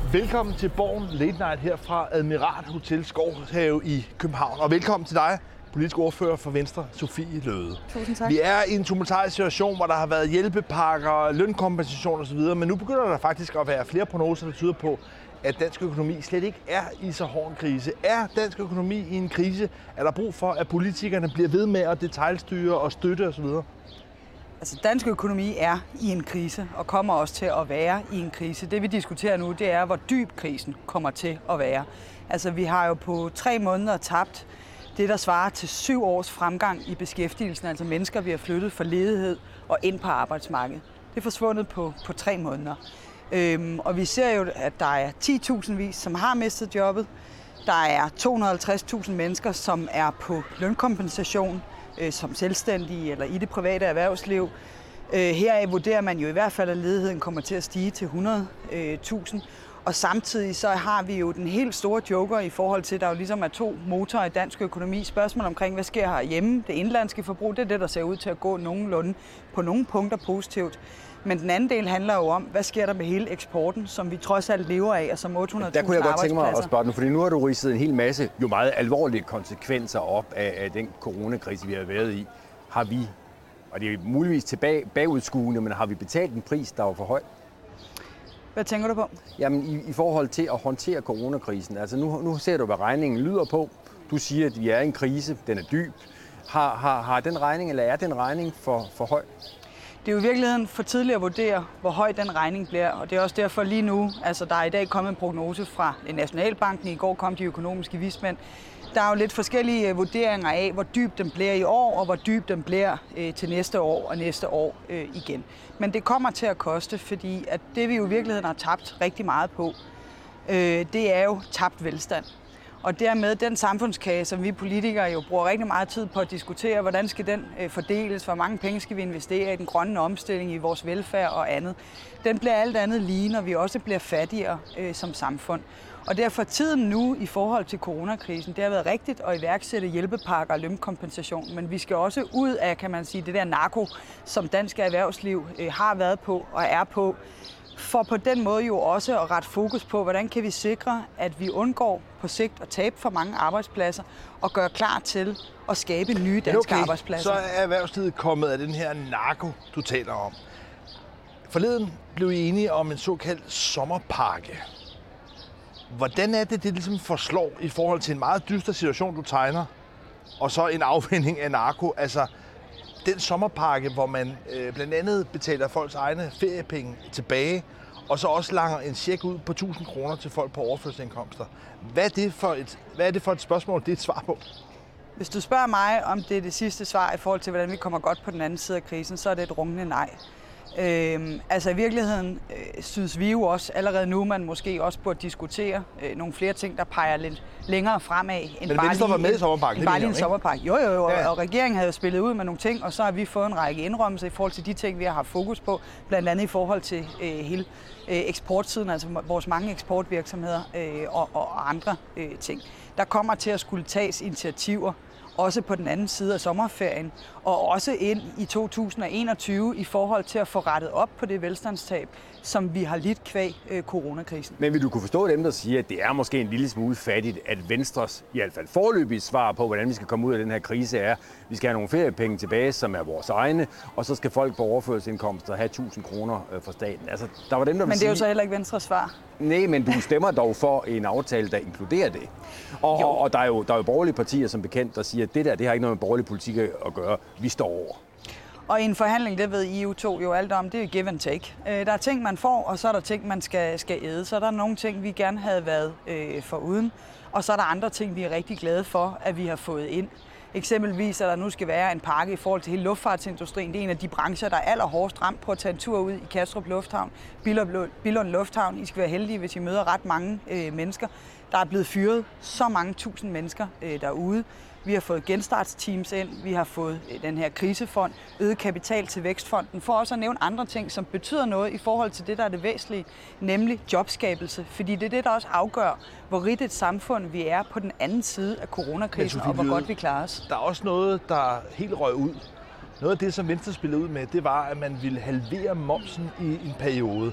Velkommen til Borgen Late Night her fra Admiral Hotel Skovshave i København. Og velkommen til dig, politisk ordfører for Venstre, Sophie Løhde. Tusind tak. Vi er i en tumultarisk situation, hvor der har været hjælpepakker, lønkompensation osv., men nu begynder der faktisk at være flere prognoser, der tyder på, at dansk økonomi slet ikke er i så hård en krise. Er dansk økonomi i en krise? Er der brug for, at politikerne bliver ved med at detailstyre og støtte osv.? Altså, dansk økonomi er i en krise og kommer også til at være i en krise. Det vi diskuterer nu, det er, hvor dyb krisen kommer til at være. Altså, vi har jo på 3 måneder tabt det, der svarer til 7 års fremgang i beskæftigelsen, altså mennesker, vi har flyttet fra ledighed og ind på arbejdsmarkedet. Det er forsvundet på 3 måneder. Og vi ser jo, at der er 10.000 vis, som har mistet jobbet. Der er 250.000 mennesker, som er på lønkompensation som selvstændige eller i det private erhvervsliv. Heraf vurderer man jo i hvert fald, at ledigheden kommer til at stige til 100.000. Og samtidig så har vi jo den helt store joker i forhold til, at der jo ligesom er 2 motorer i dansk økonomi. Spørgsmål omkring, hvad sker herhjemme? Det indlandske forbrug, det er det, der ser ud til at gå nogenlunde på nogle punkter positivt. Men den anden del handler jo om, hvad sker der med hele eksporten, som vi trods alt lever af, og som 800.000 arbejdspladser. Der kunne jeg godt tænke mig at spørge den, fordi nu har du ridset en hel masse jo meget alvorlige konsekvenser op af den coronakrise, vi har været i. Har vi, og det er muligvis bagudskuende, men har vi betalt en pris, der var for høj? Hvad tænker du på? Jamen i forhold til at håndtere coronakrisen. Altså nu ser du, hvad regningen lyder på. Du siger, at vi er i en krise, den er dyb. Har den regning, eller er den regning for høj? Det er jo i virkeligheden for tidligt at vurdere, hvor høj den regning bliver, og det er også derfor lige nu, altså der er i dag kommet en prognose fra Nationalbanken, i går kom de økonomiske vismænd. Der er jo lidt forskellige vurderinger af, hvor dyb den bliver i år, og hvor dyb den bliver til næste år og næste år igen. Men det kommer til at koste, fordi at det vi jo i virkeligheden har tabt rigtig meget på, det er jo tabt velstand. Og dermed den samfundskage, som vi politikere jo bruger rigtig meget tid på at diskutere, hvordan skal den fordeles, hvor mange penge skal vi investere i den grønne omstilling, i vores velfærd og andet. Den bliver alt andet lige, når vi også bliver fattigere som samfund. Og derfor tiden nu i forhold til coronakrisen, det har været rigtigt at iværksætte hjælpepakker og lønkompensation, men vi skal også ud af, kan man sige, det der narko, som dansk erhvervsliv har været på og er på, for på den måde jo også at rette fokus på, hvordan kan vi sikre, at vi undgår på sigt at tabe for mange arbejdspladser og gøre klar til at skabe nye danske arbejdspladser. Så er erhvervslivet kommet af den her narko, du taler om. Forleden blev I enige om en såkaldt sommerpakke. Hvordan er det ligesom forslår i forhold til en meget dyster situation, du tegner, og så en afvinding af narko? Altså, den sommerpakke, hvor man blandt andet betaler folks egne feriepenge tilbage, og så også langer en check ud på 1.000 kroner til folk på overførselsindkomster. Hvad er det for et spørgsmål, det er et svar på? Hvis du spørger mig, om det er det sidste svar i forhold til, hvordan vi kommer godt på den anden side af krisen, så er det et rungende nej. Altså i virkeligheden synes vi jo også allerede nu, man måske også burde diskutere nogle flere ting, der peger lidt længere fremad end bare Venstre var med i sommerpakken, bare lige en sommerpakke. Jo, ja. Og regeringen havde jo spillet ud med nogle ting, og så har vi fået en række indrømmelser i forhold til de ting, vi har haft fokus på, blandt andet i forhold til hele eksportsiden, altså vores mange eksportvirksomheder og andre ting. Der kommer til at skulle tages initiativer, også på den anden side af sommerferien, og også ind i 2021 i forhold til at få rettet op på det velstandstab, som vi har lidt kvæg coronakrisen. Men vil du kunne forstå dem, der siger, at det er måske en lille smule fattigt, at Venstres i hvert fald foreløbige svar på, hvordan vi skal komme ud af den her krise er, at vi skal have nogle feriepenge tilbage, som er vores egne, og så skal folk på overførselsindkomster have 1.000 kroner fra staten. Altså, der var dem, der men det er jo så heller ikke Venstres svar. Nej, men du stemmer dog for en aftale, der inkluderer det. Og der er jo borgerlige partier som bekendt, der siger, at det har ikke noget med borgerlig politik at gøre. Vi står over. Og i en forhandling, det ved EU2 jo alt om, det er jo give and take. Der er ting, man får, og så er der ting, man skal æde. Så der er nogle ting, vi gerne havde været foruden. Og så er der andre ting, vi er rigtig glade for, at vi har fået ind. Eksempelvis, at der nu skal være en pakke i forhold til hele luftfartsindustrien. Det er en af de brancher, der er allerhårdest ramt på at tage en tur ud i Kastrup Lufthavn, Billund Lufthavn. I skal være heldige, hvis I møder ret mange mennesker. Der er blevet fyret så mange tusind mennesker derude. Vi har fået genstartsteams ind, vi har fået den her krisefond, øget kapital til Vækstfonden, for også at nævne andre ting, som betyder noget i forhold til det, der er det væsentlige, nemlig jobskabelse. Fordi det er det, der også afgør, hvor rigt et samfund vi er på den anden side af coronakrisen, og hvor godt vi klarer os. Der er også noget, der helt røg ud. Noget af det, som Venstre spillede ud med, det var, at man ville halvere momsen i en periode.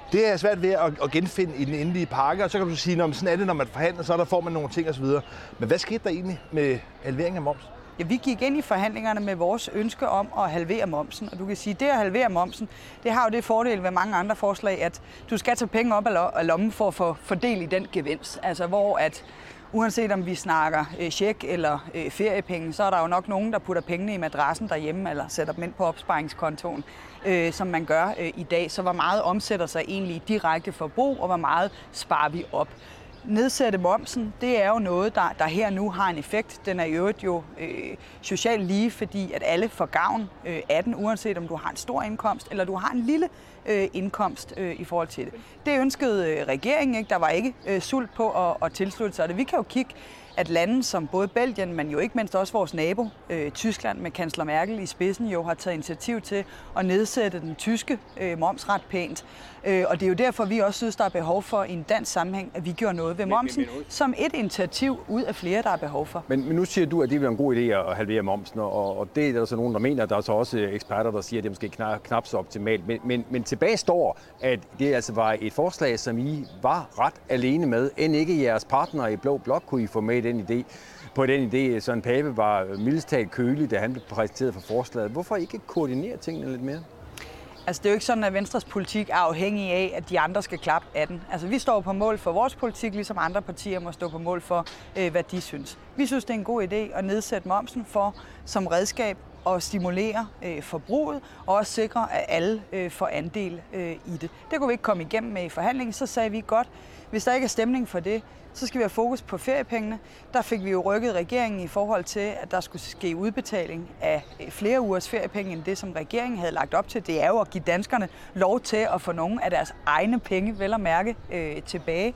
Det er svært ved at genfinde i den endelige pakke, og så kan du sige, at sådan er det, når man forhandler, så der får man nogle ting osv. Men hvad skete der egentlig med halvering af moms? Ja, vi gik ind i forhandlingerne med vores ønske om at halvere momsen, og du kan sige, at det at halvere momsen, det har jo det fordel ved mange andre forslag, at du skal tage penge op af lommen for at få fordel i den gevinst. Altså hvor at uanset om vi snakker check eller feriepenge, så er der jo nok nogen, der putter pengene i madrassen derhjemme, eller sætter dem ind på opsparingskontoen, som man gør i dag. Så hvor meget omsætter sig egentlig i direkte forbrug, og hvor meget sparer vi op? Nedsætte momsen, det er jo noget, der her nu har en effekt. Den er i øvrigt jo socialt lige, fordi at alle får gavn af den, uanset om du har en stor indkomst, eller du har en lille indkomst i forhold til det. Det ønskede regeringen ikke. Der var ikke sult på at tilslutte sig det. Vi kan jo kigge, at lande som både Belgien, men jo ikke mindst også vores nabo, Tyskland med kansler Merkel i spidsen, jo har taget initiativ til at nedsætte den tyske moms ret pænt. Og det er jo derfor, vi også synes, der er behov for i en dansk sammenhæng, at vi gør noget ved momsen, som et initiativ ud af flere, der er behov for. Men nu siger du, at det er en god idé at halvere momsen, og det er der så nogen, der mener. Der er så også eksperter, der siger, at det måske knap så optimalt. Men tilbage står, at det altså var et forslag, som I var ret alene med, end ikke jeres partnere i Blå Blok kunne I få med den idé. På den idé, Søren Pape var mildest talt kølig, da han blev præsenteret for forslaget. Hvorfor ikke koordinere tingene lidt mere? Altså, det er jo ikke sådan, at Venstres politik er afhængig af, at de andre skal klappe af den. Altså, vi står på mål for vores politik, ligesom andre partier må stå på mål for, hvad de synes. Vi synes, det er en god idé at nedsætte momsen for som redskab at stimulere forbruget og også sikre, at alle får andel i det. Det kunne vi ikke komme igennem med i forhandlingen, så sagde vi godt, hvis der ikke er stemning for det, så skal vi have fokus på feriepengene. Der fik vi jo rykket regeringen i forhold til, at der skulle ske udbetaling af flere ugers feriepenge end det, som regeringen havde lagt op til. Det er jo at give danskerne lov til at få nogle af deres egne penge, vel at mærke, tilbage.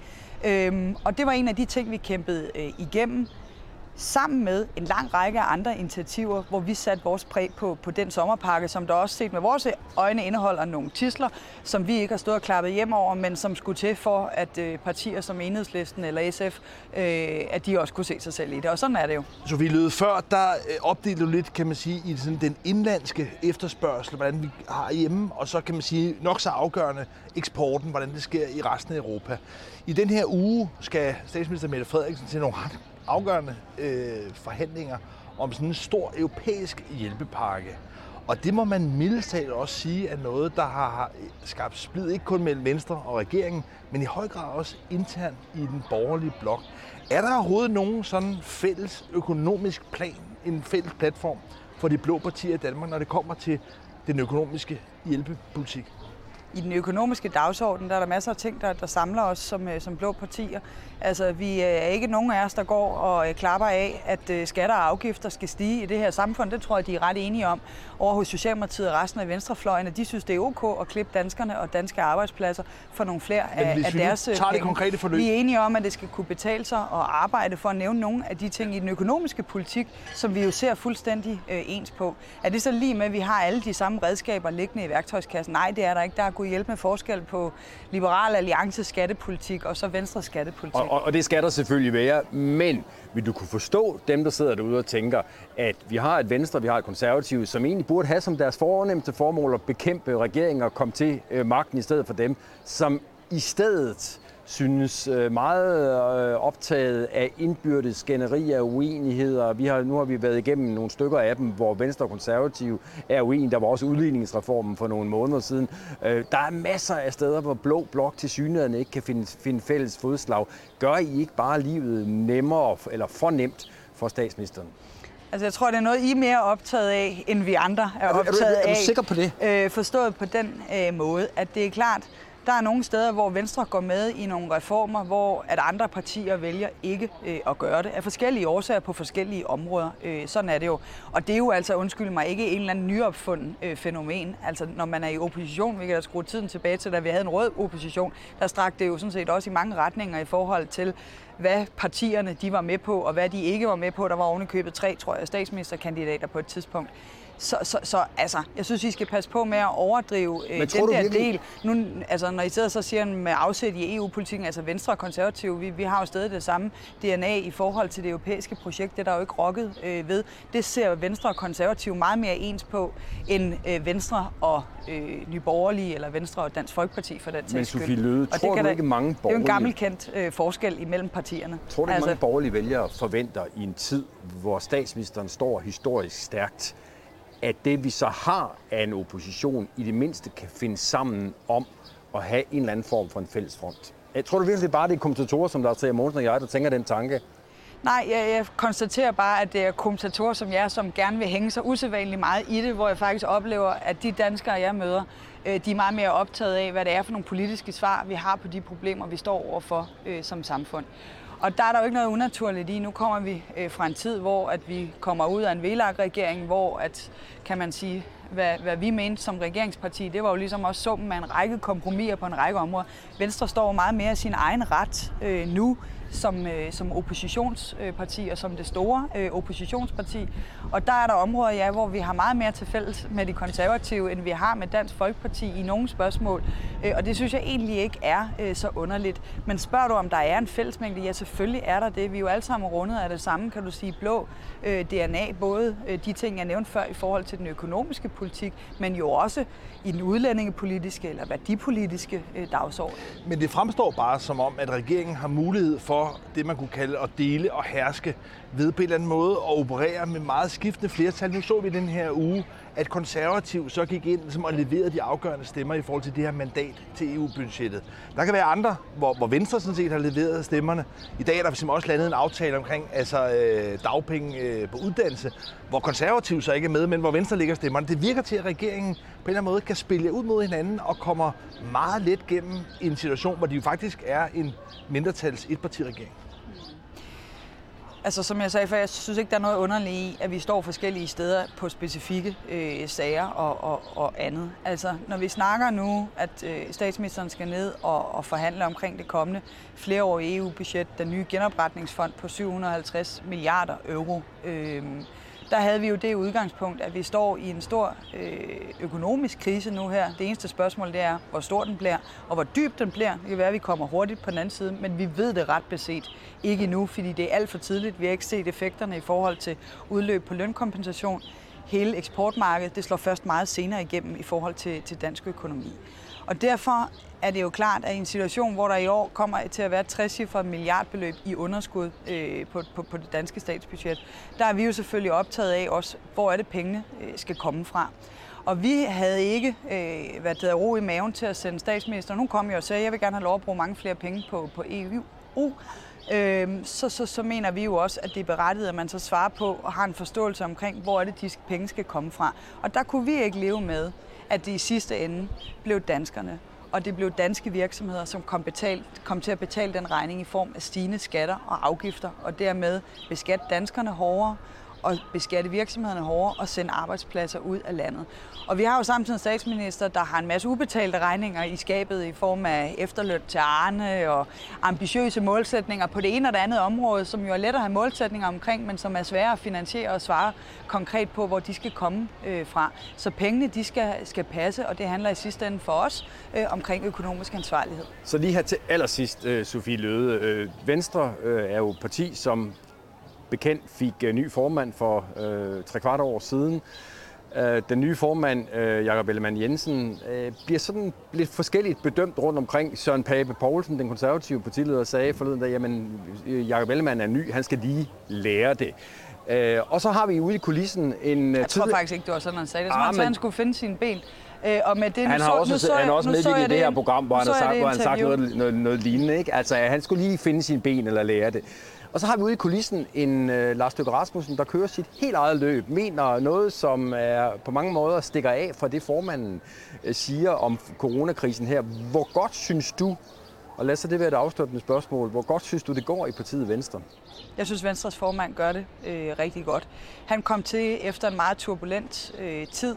Og det var en af de ting, vi kæmpede igennem, sammen med en lang række af andre initiativer, hvor vi satte vores præg på den sommerpakke, som der også set med vores øjne indeholder nogle tidsler, som vi ikke har stået og klappet hjem over, men som skulle til for, at partier som Enhedslisten eller SF, at de også kunne se sig selv i det. Og sådan er det jo. Sofie Løhde, før der opdelte du lidt, kan man sige, i sådan den indlandske efterspørgsel, hvordan vi har hjemme, og så kan man sige nok så afgørende eksporten, hvordan det sker i resten af Europa. I den her uge skal statsminister Mette Frederiksen til nogle ret afgørende forhandlinger om sådan en stor europæisk hjælpepakke. Og det må man mildest talt også sige er noget, der har skabt splid, ikke kun mellem Venstre og regeringen, men i høj grad også internt i den borgerlige blok. Er der overhovedet nogen sådan fælles økonomisk plan, en fælles platform for de blå partier i Danmark, når det kommer til den økonomiske hjælpepolitik? I den økonomiske dagsorden, der er der masser af ting, der samler os som blå partier. Altså, vi er ikke nogen af os, der går og klapper af, at skatter og afgifter skal stige i det her samfund. Det tror jeg, de er ret enige om over hos Socialdemokratiet og resten af venstrefløjen, at de synes, det er ok at klippe danskerne og danske arbejdspladser for nogle flere af deres penge. Vi er enige om, at det skal kunne betale sig at arbejde for at nævne nogle af de ting i den økonomiske politik, som vi jo ser fuldstændig ens på. Er det så lige med, at vi har alle de samme redskaber liggende i værktøjskassen? Nej, det er der ikke. Der kunne hjælpe med forskel på Liberal Alliances skattepolitik og så Venstres skattepolitik. Og det skal der selvfølgelig være, men vil du kunne forstå dem, der sidder derude og tænker, at vi har et Venstre, vi har et Konservative, som egentlig burde have som deres fornemmeste formål at bekæmpe regeringen og komme til magten i stedet for dem, som i stedet synes meget optaget af indbyrdes skænderier og uenigheder. Nu har vi været igennem nogle stykker af dem, hvor Venstre og Konservative er uenige. Der var også udligningsreformen for nogle måneder siden. Der er masser af steder, hvor Blå Blok tilsyneladende ikke kan finde fælles fodslag. Gør I ikke bare livet nemmere eller for nemt for statsministeren? Altså, jeg tror, det er noget, I er mere optaget af, end vi andre er optaget af. Er du sikker på det? Forstået på den måde, at det er klart, der er nogle steder, hvor Venstre går med i nogle reformer, hvor at andre partier vælger ikke at gøre det, af forskellige årsager på forskellige områder. Sådan er det jo. Og det er jo altså, undskyld mig, ikke en eller anden nyopfundet fænomen. Altså, når man er i opposition, vi kan da skrue tiden tilbage til, da vi havde en rød opposition, der strakte det jo sådan set også i mange retninger i forhold til hvad partierne de var med på, og hvad de ikke var med på. Der var ovenikøbet 3, tror jeg, statsministerkandidater på et tidspunkt. Så altså, jeg synes, I skal passe på med at overdrive den der del. Nu, altså, når I sidder så siger med afsæt i EU-politikken, altså Venstre og Konservative, vi har jo stadig det samme DNA i forhold til det europæiske projekt. Det er der jo ikke rokket ved. Det ser Venstre og Konservative meget mere ens på, end Venstre og Nye Borgerlige, eller Venstre og Dansk Folkeparti for den sags skyld. Men Sophie Løhde, tror du ikke mange borgerlige... Det er jo en gammelkendt forskel imellem partierne. Tror du ikke mange borgerlige vælgere forventer i en tid, hvor statsministeren står historisk stærkt, at det, vi så har af en opposition, i det mindste kan finde sammen om at have en eller anden form for en fælles front? Jeg tror du virkelig, det er bare de kommentatorer, som Lars Trier Mogensen og jeg, der tænker den tanke? Nej, jeg konstaterer bare, at det er kommentatorer som jer, som gerne vil hænge sig usædvanligt meget i det, hvor jeg faktisk oplever, at de danskere, jeg møder, de er meget mere optaget af, hvad det er for nogle politiske svar, vi har på de problemer, vi står overfor som samfund. Og der er der jo ikke noget unaturligt i. Nu kommer vi fra en tid, hvor at vi kommer ud af en VLAK-regering, hvor at, kan man sige, hvad vi mente som regeringsparti, det var jo ligesom også summen af en række kompromiser på en række områder. Venstre står meget mere i sin egen ret nu, som oppositionsparti og som det store oppositionsparti. Og der er der områder, ja, hvor vi har meget mere til fælles med de konservative, end vi har med Dansk Folkeparti i nogle spørgsmål. Og det synes jeg egentlig ikke er så underligt. Men spørger du, om der er en fællesmængde? Ja, selvfølgelig er der det. Vi er jo alle sammen rundet af det samme, kan du sige, blå DNA. Både de ting, jeg nævnte før i forhold til den økonomiske politik, men jo også i den udlændingepolitiske eller værdipolitiske dagsorden. Men det fremstår bare som om, at regeringen har mulighed for det, man kunne kalde at dele og herske ved på en eller anden måde at operere med meget skiftende flertal. Nu så vi den her uge, at Konservativ så gik ind og leverede de afgørende stemmer i forhold til det her mandat til EU-budgettet. Der kan være andre, hvor Venstre sådan set har leveret stemmerne. I dag er der simpelthen også landet en aftale omkring dagpenge på uddannelse, hvor Konservativ så ikke er med, men hvor Venstre ligger stemmerne. Det virker til, at regeringen på en eller anden måde kan spille ud mod hinanden og kommer meget let gennem en situation, hvor de jo faktisk er en mindretals etpartiregering. Altså som jeg sagde før, jeg synes ikke, der er noget underligt i, at vi står forskellige steder på specifikke sager og andet. Altså når vi snakker nu, at statsministeren skal ned og forhandle omkring det kommende flereårige EU-budget, den nye genopretningsfond på 750 milliarder euro, der havde vi jo det udgangspunkt, at vi står i en stor økonomisk krise nu her. Det eneste spørgsmål det er, hvor stor den bliver, og hvor dyb den bliver. Det kan være, at vi kommer hurtigt på den anden side, men vi ved det ret beset ikke endnu, fordi det er alt for tidligt. Vi har ikke set effekterne i forhold til udløb på lønkompensation. Hele eksportmarkedet, det slår først meget senere igennem i forhold til dansk økonomi. Og derfor er det jo klart, at i en situation, hvor der i år kommer til at være et 60-cifret milliardbeløb i underskud på det danske statsbudget, der er vi jo selvfølgelig optaget af også, hvor er det pengene skal komme fra. Og vi havde ikke ro i maven til at sende statsministeren. Hun kom jo og sagde, at jeg vil gerne have lov at bruge mange flere penge på EU. Så mener vi jo også, at det er berettiget, at man så svarer på og har en forståelse omkring, hvor er det, de penge skal komme fra. Og der kunne vi ikke leve med, at det i sidste ende blev danskerne. Og det blev danske virksomheder, som kom til at betale den regning i form af stigende skatter og afgifter, og dermed beskatte danskerne hårdere og beskatte virksomhederne hårdere og sende arbejdspladser ud af landet. Og vi har jo samtidig en statsminister, der har en masse ubetalte regninger i skabet i form af efterløn til Arne og ambitiøse målsætninger på det ene og det andet område, som jo er let at have målsætninger omkring, men som er svære at finansiere og svare konkret på, hvor de skal komme fra. Så pengene, de skal passe, og det handler i sidste ende for os omkring økonomisk ansvarlighed. Så lige her til allersidst, Sophie Løhde. Venstre er jo et parti, som bekendt fik ny formand for 3/4 år siden. Den nye formand, Jakob Ellemann-Jensen, bliver sådan lidt forskelligt bedømt rundt omkring. Søren Pape Poulsen, den konservative partileder, sagde forleden dag, jamen Jakob Ellemann er ny, han skal lige lære det. Og så har vi ude i kulissen en... Jeg tror faktisk ikke, det var sådan, han sagde det. Så han skulle finde sine ben. Og med det, han har også medvirket i det her program, hvor han har sagt noget lignende. Ikke? Altså, han skulle lige finde sine ben eller lære det. Og så har vi ude i kulissen en Lars Løkke Rasmussen, der kører sit helt eget løb, mener noget, som er på mange måder stikker af fra det, formanden siger om coronakrisen her. Hvor godt synes du, og lad så det være et afsluttende spørgsmål, hvor godt synes du, det går i partiet Venstre? Jeg synes, Venstres formand gør det rigtig godt. Han kom til efter en meget turbulent tid,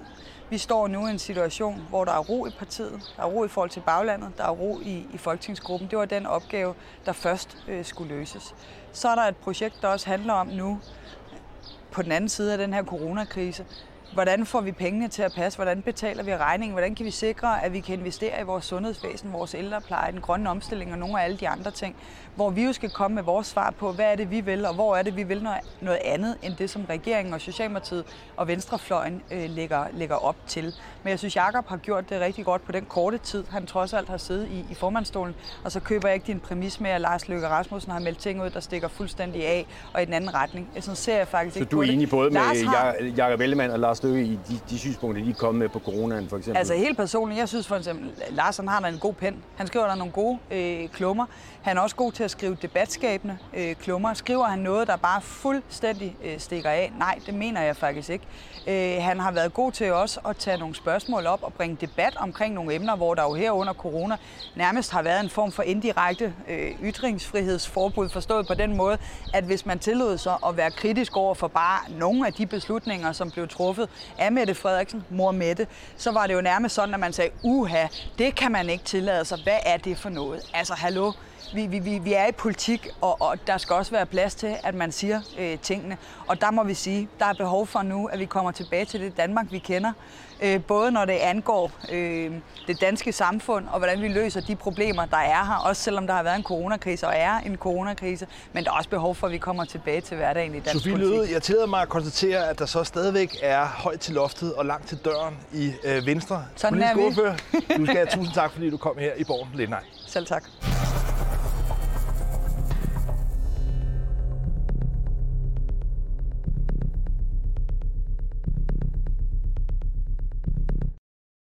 Vi står nu i en situation, hvor der er ro i partiet, der er ro i forhold til baglandet, der er ro i folketingsgruppen. Det var den opgave, der først skulle løses. Så er der et projekt, der også handler om nu, på den anden side af den her coronakrise, hvordan får vi pengene til at passe? Hvordan betaler vi regningen? Hvordan kan vi sikre, at vi kan investere i vores sundhedsvæsen, vores ældrepleje, den grønne omstilling og nogle af alle de andre ting, hvor vi jo skal komme med vores svar på, hvad er det, vi vil, og hvor er det, vi vil noget andet, end det, som regeringen og Socialdemokratiet og Venstrefløjen lægger op til. Men jeg synes, Jakob har gjort det rigtig godt på den korte tid, han trods alt har siddet i formandsstolen, og så køber jeg ikke din præmis med, at Lars Løkke Rasmussen har meldt ting ud, der stikker fuldstændig af og i den anden retning. Sådan ser jeg faktisk ikke på det. Så du er enig både med Jakob Ellemann og Lars Løkke i de synspunkter, de er kommet med på coronaen, for eksempel? Altså helt personligt, jeg synes for eksempel, Lars har en god pen. Han skriver der nogle gode klummer. Han er også god til at skrive debatskabende klummer. Skriver han noget, der bare fuldstændig stikker af? Nej, det mener jeg faktisk ikke. Han har været god til også at tage nogle spørgsmål op og bringe debat omkring nogle emner, hvor der jo her under corona nærmest har været en form for indirekte ytringsfrihedsforbud, forstået på den måde, at hvis man tillod sig at være kritisk over for bare nogle af de beslutninger, som blev truffet af Mette Frederiksen, mor Mette, så var det jo nærmest sådan, at man sagde, det kan man ikke tillade sig. Hvad er det for noget? Altså, hallo? Vi er i politik, og der skal også være plads til, at man siger tingene. Og der må vi sige, der er behov for nu, at vi kommer tilbage til det Danmark, vi kender. Både når det angår det danske samfund, og hvordan vi løser de problemer, der er her. Også selvom der har været en coronakrise, og er en coronakrise. Men der er også behov for, at vi kommer tilbage til hverdagen i dansk Sofie politik. Løhde, jeg tillader mig at konstatere, at der så stadigvæk er højt til loftet og langt til døren i Venstre. Sådan er vi. Du skal have tusind tak, fordi du kom her i Borgen Lindej. Selv tak.